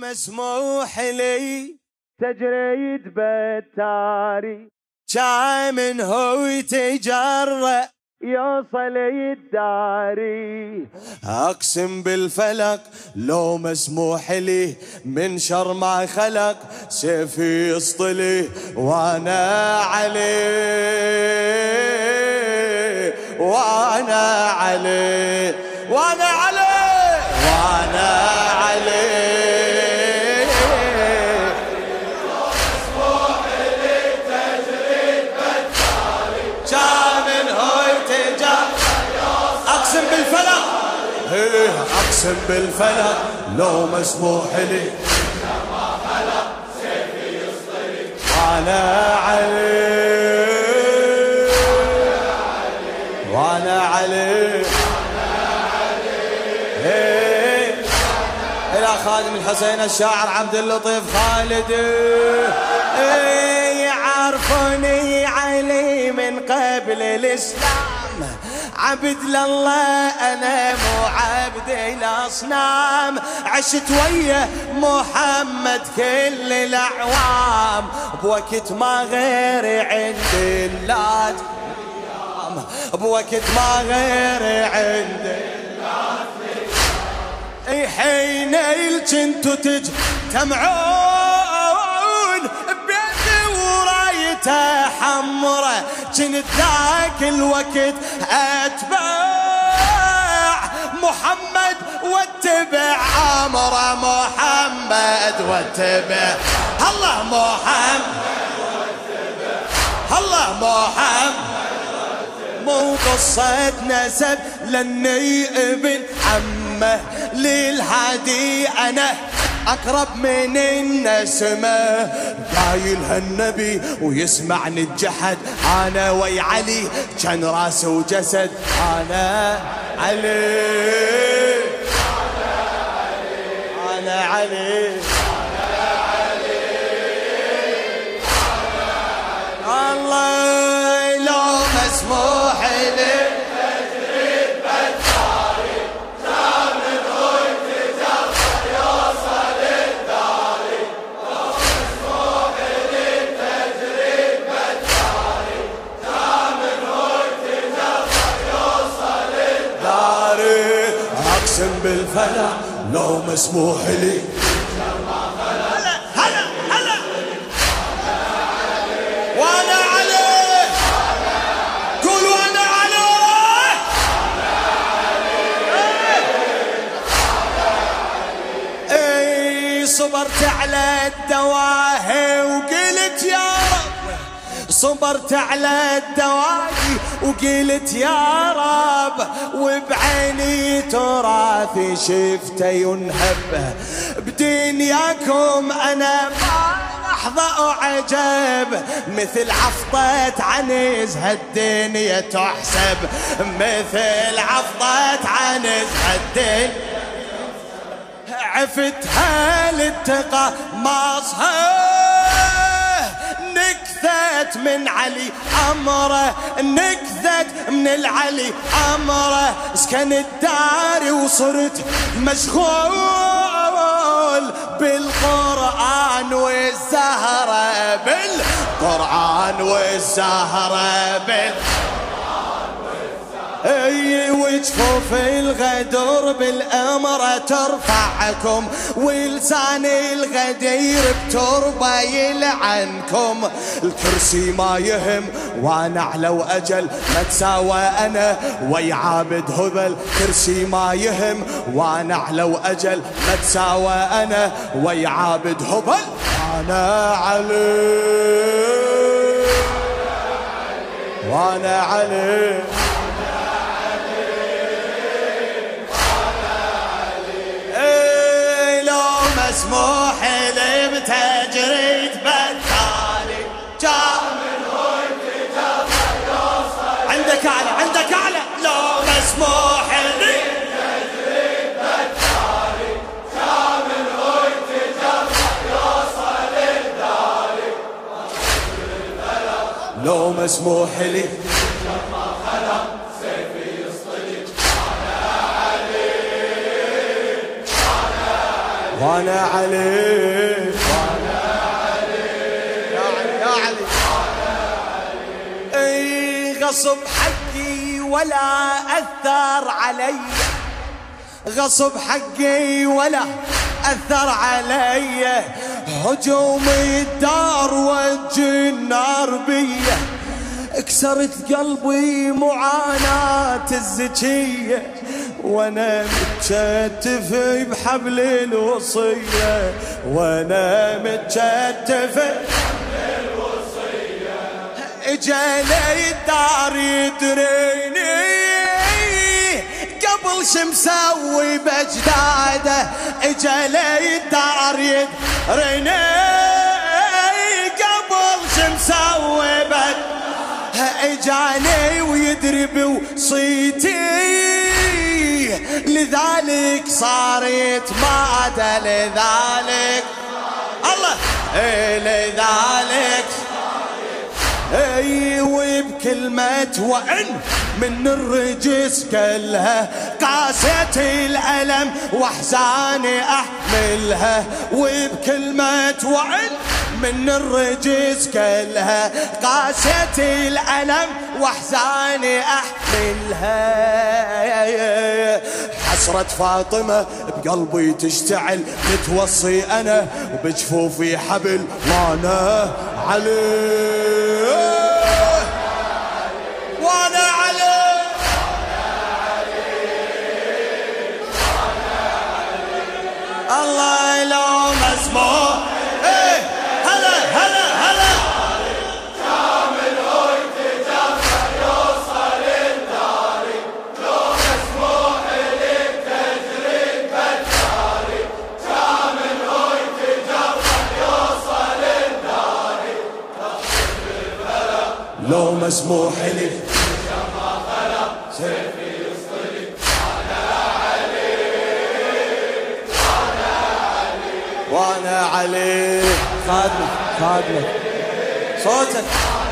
مسموح لي تجريد بتاري، جاي من هو يتجرأ يوصل يداري. اقسم بالفلق لو مسموح لي من شر ما خلق سيفي يصطلي وانا عليه وانا عليه وانا عليه وانا عليه. اقسم بالفلق اقسم بالفلق لو مسموح لي ما خلق سيفي يصطلي وانا عليه وانا عليه الى خادم الحسين الشاعر عبد اللطيف خالد. يعرفوني علي من قبل الاسلام، عبد لله أنا مو عبد الأصنام، عشت ويا محمد كل الأعوام، بوقت ما غيري عندي اللات بوقت ما غيري عندي اللات. حين كنتو تجتمعون بيدي ورايته حمره، كنت ذاك الوقت اتبع محمد واتبع امره محمد واتبع الله محمد الله محمد. مو قصة نسب لاني ابن عمه للهادي انا أقرب من النسمة، قايلها النبي ويسمعني الجحد، أنا وي علي كان راس وجسد، أنا علي أنا علي الله لو مسموح لي بالفلا لو مسموح لي هلا هلا هلا وانا عليه قول وانا عليه. اي صبرت على الدواهي وقلت يا رب، صبرت على الدواهي وقلت يا رب، وبعيني تراثي شفته ينهب، بدنياكم انا ما لحظة أعجب، مثل عفطة عنز هالدنيا تحسب، مثل عفطة عنز هالدنيا عفتها للتقى ماصها، نكثت من علي أمره نكثت من العلي أمره، سكنت داري وصرت مشغول بالقرآن والزهرة بالقرآن والزهرة اي وجفوف الغدر بالامرة ترفعكم، ولسان الغدير بتربة يلعنكم، الكرسي ما يهم وانا على واجل ما تساوى انا ويا عابد هبل، كرسي ما يهم وانا على واجل ما تساوى انا ويا عابد هبل، انا علي وانا علي مسموح لي بتجريد بالتالي جاء من وقت جرى يوصل. عندك اعلى عندك اعلى لو مسموح لي بتجريد بالتالي جاء من وقت جرى يوصل الداري، لو مسموح لي ما خلق سيفي يصطلي وانا علي وانا علي يا علي يا علي اي غصب حقي ولا اثر علي غصب حقي ولا اثر علي هجوم الدار وجه النار بيه كسرت قلبي معاناة الزكية وانا متشتف بحبل الوصية وانا متشتف بحبل الوصية اجالي الدار يدريني قبل شمسوي بجداده اجالي الدار يدريني قبل شمسوي بجداده اجاني ويدري بوصيتي لذلك صارت ماده لذلك الله لذلك اي وبكلمة وان من الرجس كلها قاسيت الألم واحزاني احملها وبكلمة وان من الرجس كلها قاسيت الألم واحزاني احملها حسرة فاطمة بقلبي تشتعل متوصي انا وبجفوفي حبل وانا علي وانا علي الله لو مسموح ايه هلا هلا هلا كامل هو يتجمع يوصل الداري لو مسموح لك تجري بالداري كامل هو يتجمع يوصل الداري لو مسموح لك تجمع خلق سيفي يصطلي وانا علي خادمك صوتك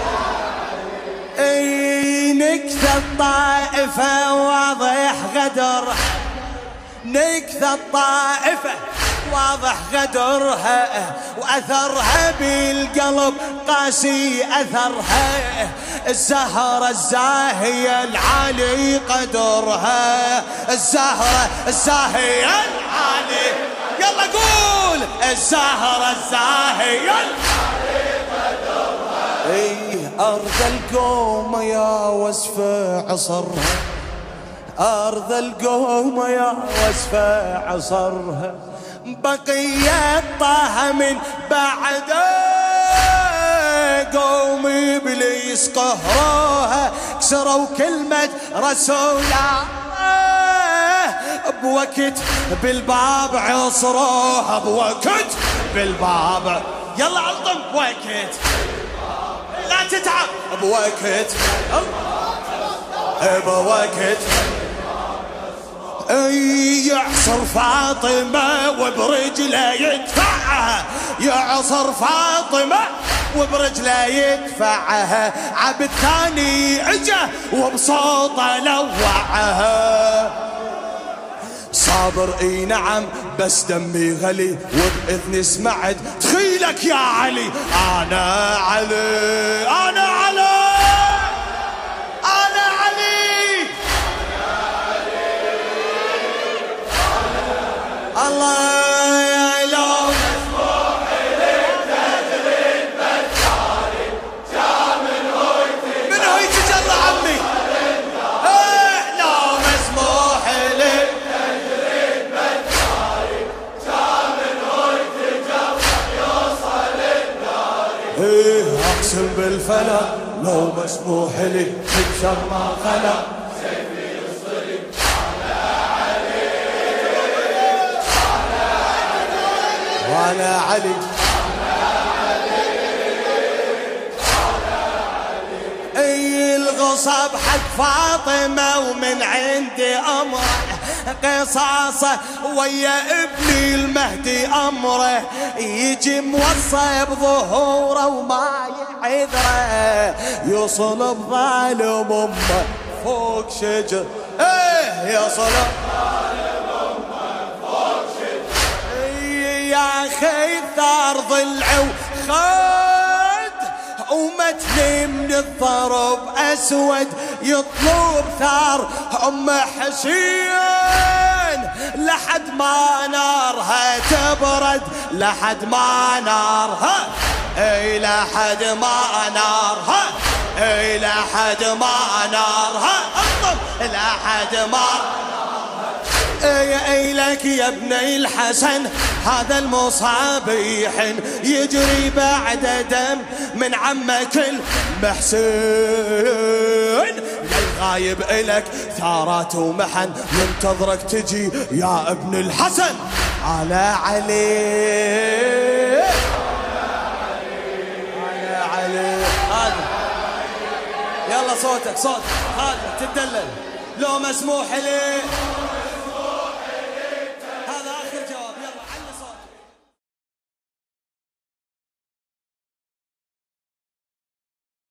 اي نكث الطائفة واضح غدر نكث الطائفة واضح غدرها واثرها بالقلب قاسي اثرها الزهرة الزاهية العالي قدرها الزهرة الزاهية العالي يلا قول الزهرة الزاهية اي ارض القوم يا وصف عصرها ارض القوم يا وصف عصرها بقية طه من بعده قوم ابليس قهروها كسروا كلمة رسوله بوقت بالباب عصروها بوقت بالباب يلا علطم بوقت لا تتعب بوقت يعصر فاطمة وبرجله يدفعها يعصر فاطمة وبرجله يدفعها عبد ثاني عجه وبصوته لوعها صابر اي نعم بس دمي غلي وباذني سمعت تخيلك يا علي انا علي انا علي انا علي الله يا لو مسموح لك تجري بالداري جامل هويتي من هويتي جرى عمي لو مسموح لك تجري بالداري جامل هويتي جرى يوصل الداري اقسم بالفلك لو مسموح لك تكسر ما خلق وانا علي اي الغصب حق فاطمة ومن عندي امره قصاصه ويا ابني المهدي امره يجي موصى بظهوره وما يعذره يوصل بظالم امه فوق شجر يوصل يا خي الثار ضلع وخد ومتني من الضرب أسود يطلب ثار أم حسين لحد ما نارها تبرد لحد ما نارها اي لحد ما نارها اي لحد ما نارها لحد ما اي لك يا ابني الحسن هذا المصاب يحن يجري بعد دم من عمك المحسن للغايب إلك ثارات ومحن ينتظرك تجي يا ابن الحسن على علي على علي يلا صوتك صوت هذا تدلل لو مسموح لي